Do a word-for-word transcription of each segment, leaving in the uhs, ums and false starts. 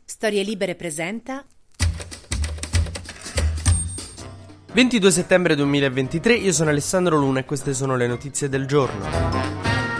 Storie Libere presenta ventidue settembre duemilaventitré, io sono Alessandro Luna e queste sono le notizie del giorno.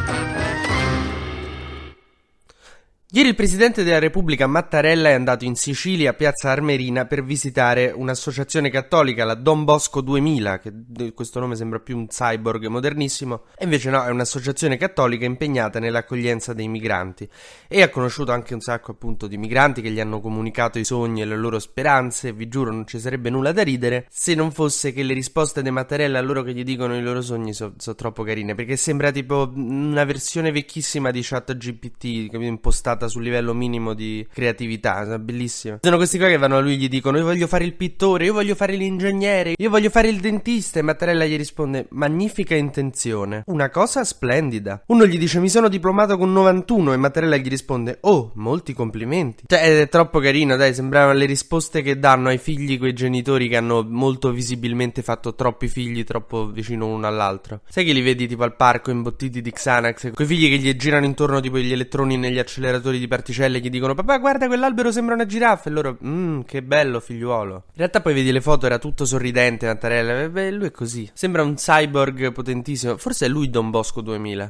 Ieri il Presidente della Repubblica Mattarella è andato in Sicilia, a Piazza Armerina, per visitare un'associazione cattolica, la Don Bosco duemila, che questo nome sembra più un cyborg modernissimo, e invece no, è un'associazione cattolica impegnata nell'accoglienza dei migranti. E ha conosciuto anche un sacco appunto di migranti che gli hanno comunicato i sogni e le loro speranze, e vi giuro non ci sarebbe nulla da ridere, se non fosse che le risposte di Mattarella a loro che gli dicono i loro sogni sono so troppo carine, perché sembra tipo una versione vecchissima di ChatGPT, impostata sul livello minimo di creatività, bellissima. Sono questi qua che vanno a lui e gli dicono: io voglio fare il pittore, io voglio fare l'ingegnere, io voglio fare il dentista, e Mattarella gli risponde: magnifica intenzione, una cosa splendida. Uno gli dice: mi sono diplomato con novantuno, e Mattarella gli risponde: oh, molti complimenti. Cioè è troppo carino, dai, sembravano le risposte che danno ai figli quei genitori che hanno molto visibilmente fatto troppi figli troppo vicino uno all'altro. Sai che li vedi tipo al parco imbottiti di Xanax, quei figli che gli girano intorno tipo gli elettroni negli acceleratori di particelle, gli dicono: papà, guarda, quell'albero sembra una giraffa, e loro: mmm, che bello figliuolo. In realtà poi vedi le foto, era tutto sorridente Mattarella, e beh, lui è così, sembra un cyborg potentissimo. Forse è lui Don Bosco duemila.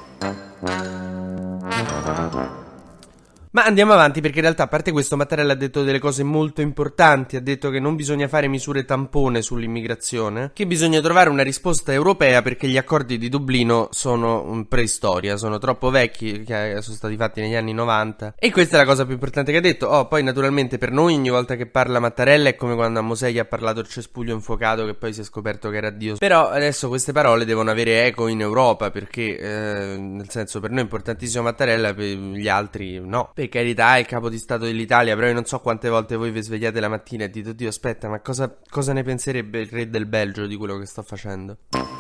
Ma andiamo avanti, perché in realtà, a parte questo, Mattarella ha detto delle cose molto importanti. Ha detto che non bisogna fare misure tampone sull'immigrazione, che bisogna trovare una risposta europea perché gli accordi di Dublino sono preistoria, sono troppo vecchi, che sono stati fatti negli anni novanta. E questa è la cosa più importante che ha detto. Oh, poi naturalmente per noi ogni volta che parla Mattarella è come quando a Mosè gli ha parlato il cespuglio infuocato, che poi si è scoperto che era Dio. Però adesso queste parole devono avere eco in Europa, perché eh, nel senso, per noi è importantissimo Mattarella, per gli altri no. Per carità, è il capo di Stato dell'Italia, però io non so quante volte voi vi svegliate la mattina e dite: oddio, aspetta, ma cosa, cosa ne penserebbe il re del Belgio di quello che sto facendo?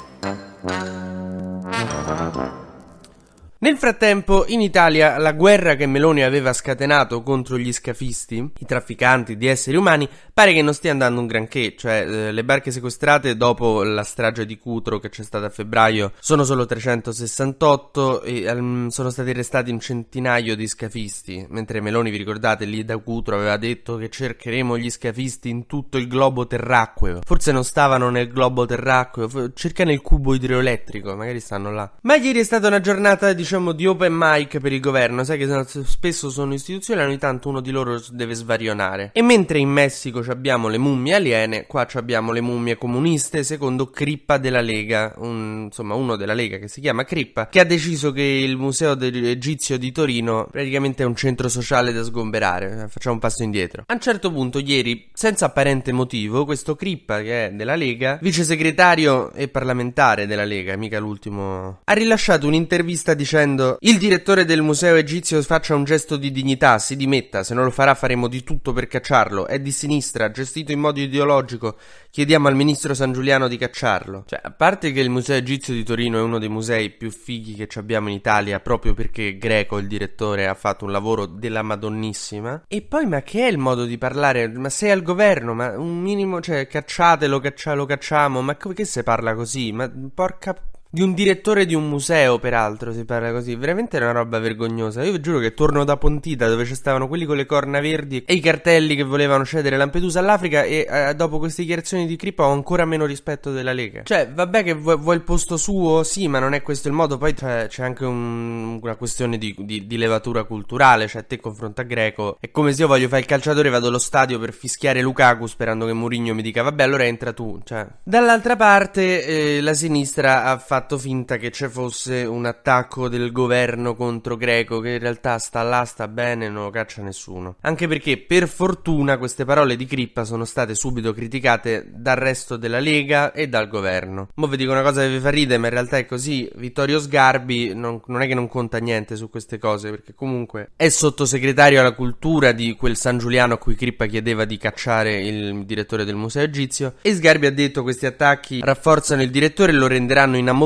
Nel frattempo, in Italia, la guerra che Meloni aveva scatenato contro gli scafisti, i trafficanti di esseri umani, pare che non stia andando un granché. Cioè, eh, le barche sequestrate dopo la strage di Cutro che c'è stata a febbraio sono solo trecentosessantotto e um, sono stati arrestati un centinaio di scafisti, mentre Meloni, vi ricordate, lì da Cutro aveva detto che cercheremo gli scafisti in tutto il globo terracqueo. Forse non stavano nel globo terracqueo, cerca nel cubo idroelettrico, magari stanno là. Ma ieri è stata una giornata, diciamo, di open mic per il governo. Sai che spesso sono istituzioni, ogni tanto uno di loro deve svarionare. E mentre in Messico abbiamo le mummie aliene, qua abbiamo le mummie comuniste, secondo Crippa della Lega, un, insomma uno della Lega che si chiama Crippa, che ha deciso che il museo egizio di Torino praticamente è un centro sociale da sgomberare. Facciamo un passo indietro. A un certo punto ieri, senza apparente motivo, questo Crippa, che è della Lega, vice segretario e parlamentare della Lega, mica l'ultimo, ha rilasciato un'intervista dicendo: il direttore del museo egizio faccia un gesto di dignità, si dimetta, se non lo farà faremo di tutto per cacciarlo, è di sinistra, gestito in modo ideologico, chiediamo al ministro San Giuliano di cacciarlo. Cioè, a parte che il museo egizio di Torino è uno dei musei più fighi che abbiamo in Italia, proprio perché Greco, il direttore, ha fatto un lavoro della madonnissima, e poi ma che è il modo di parlare? Ma sei al governo, ma un minimo, cioè cacciatelo, caccia, lo cacciamo, ma che se parla così? Ma porca... Di un direttore di un museo, peraltro, si parla così. Veramente è una roba vergognosa. Io vi giuro che torno da Pontida, dove ci stavano quelli con le corna verdi e i cartelli che volevano cedere Lampedusa all'Africa, e eh, dopo queste dichiarazioni di Crippa ho ancora meno rispetto della Lega. Cioè, vabbè che vuoi, vuoi il posto suo, sì, ma non è questo il modo. Poi c'è, c'è anche un, una questione di, di, di levatura culturale. Cioè, te confronta Greco, è come se io voglio fare il calciatore e vado allo stadio per fischiare Lukaku sperando che Mourinho mi dica: vabbè, allora entra tu. Cioè, dall'altra parte eh, la sinistra ha fatto fatto finta che ci fosse un attacco del governo contro Greco, che in realtà sta là, sta bene, non lo caccia nessuno. Anche perché, per fortuna, queste parole di Crippa sono state subito criticate dal resto della Lega e dal governo. Mo' vi dico una cosa che vi fa ridere, ma in realtà è così. Vittorio Sgarbi non, non è che non conta niente su queste cose, perché comunque è sottosegretario alla cultura di quel San Giuliano a cui Crippa chiedeva di cacciare il direttore del museo egizio, e Sgarbi ha detto: questi attacchi rafforzano il direttore e lo renderanno inamovibile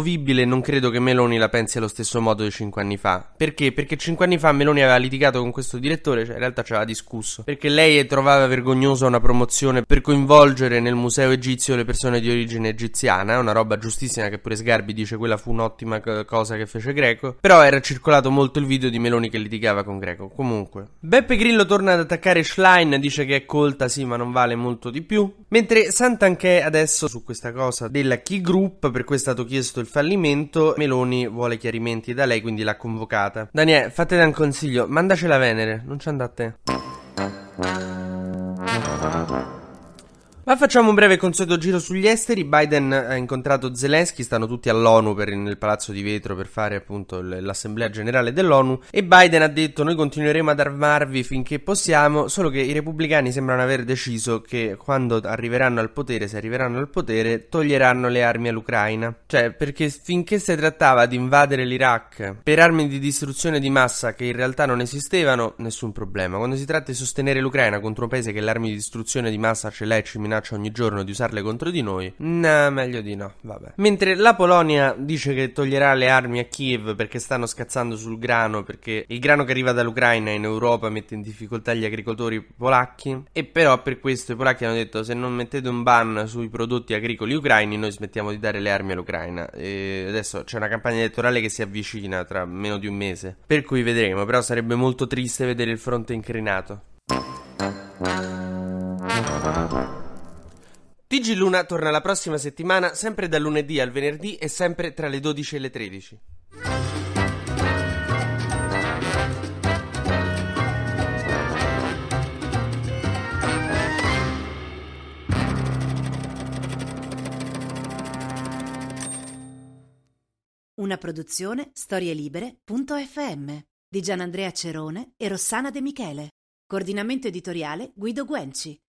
inamovibile e non credo che Meloni la pensi allo stesso modo di cinque anni fa. Perché? Perché cinque anni fa Meloni aveva litigato con questo direttore, cioè in realtà ci aveva discusso, perché lei trovava vergognosa una promozione per coinvolgere nel museo egizio le persone di origine egiziana, una roba giustissima che pure Sgarbi dice quella fu un'ottima cosa che fece Greco, però era circolato molto il video di Meloni che litigava con Greco. Comunque, Beppe Grillo torna ad attaccare Schlein, dice che è colta sì ma non vale molto di più, mentre Santanchè adesso su questa cosa della Key Group, per cui è stato chiesto il fallimento, Meloni vuole chiarimenti da lei, quindi l'ha convocata. Daniele, fate un consiglio, mandacela a Venere, non ci andate a te. Ma facciamo un breve consueto giro sugli esteri. Biden ha incontrato Zelensky, stanno tutti all'ONU per, nel Palazzo di Vetro per fare appunto l'assemblea generale dell'ONU, e Biden ha detto: noi continueremo ad armarvi finché possiamo, solo che i repubblicani sembrano aver deciso che quando arriveranno al potere, se arriveranno al potere, toglieranno le armi all'Ucraina. Cioè, perché finché si trattava di invadere l'Iraq per armi di distruzione di massa che in realtà non esistevano, nessun problema. Quando si tratta di sostenere l'Ucraina contro un paese che le armi di distruzione di massa ce l'ha e ci minaccia ogni giorno di usarle contro di noi, no, meglio di no, vabbè. Mentre la Polonia dice che toglierà le armi a Kiev perché stanno scazzando sul grano, perché il grano che arriva dall'Ucraina in Europa mette in difficoltà gli agricoltori polacchi, e però per questo i polacchi hanno detto: se non mettete un ban sui prodotti agricoli ucraini noi smettiamo di dare le armi all'Ucraina. E adesso c'è una campagna elettorale che si avvicina tra meno di un mese, per cui vedremo, però sarebbe molto triste vedere il fronte incrinato. T G Luna torna la prossima settimana, sempre dal lunedì al venerdì e sempre tra le dodici e le tredici. Una produzione storielibere punto effe emme di Gianandrea Cerone e Rossana De Michele. Coordinamento editoriale Guido Guenci.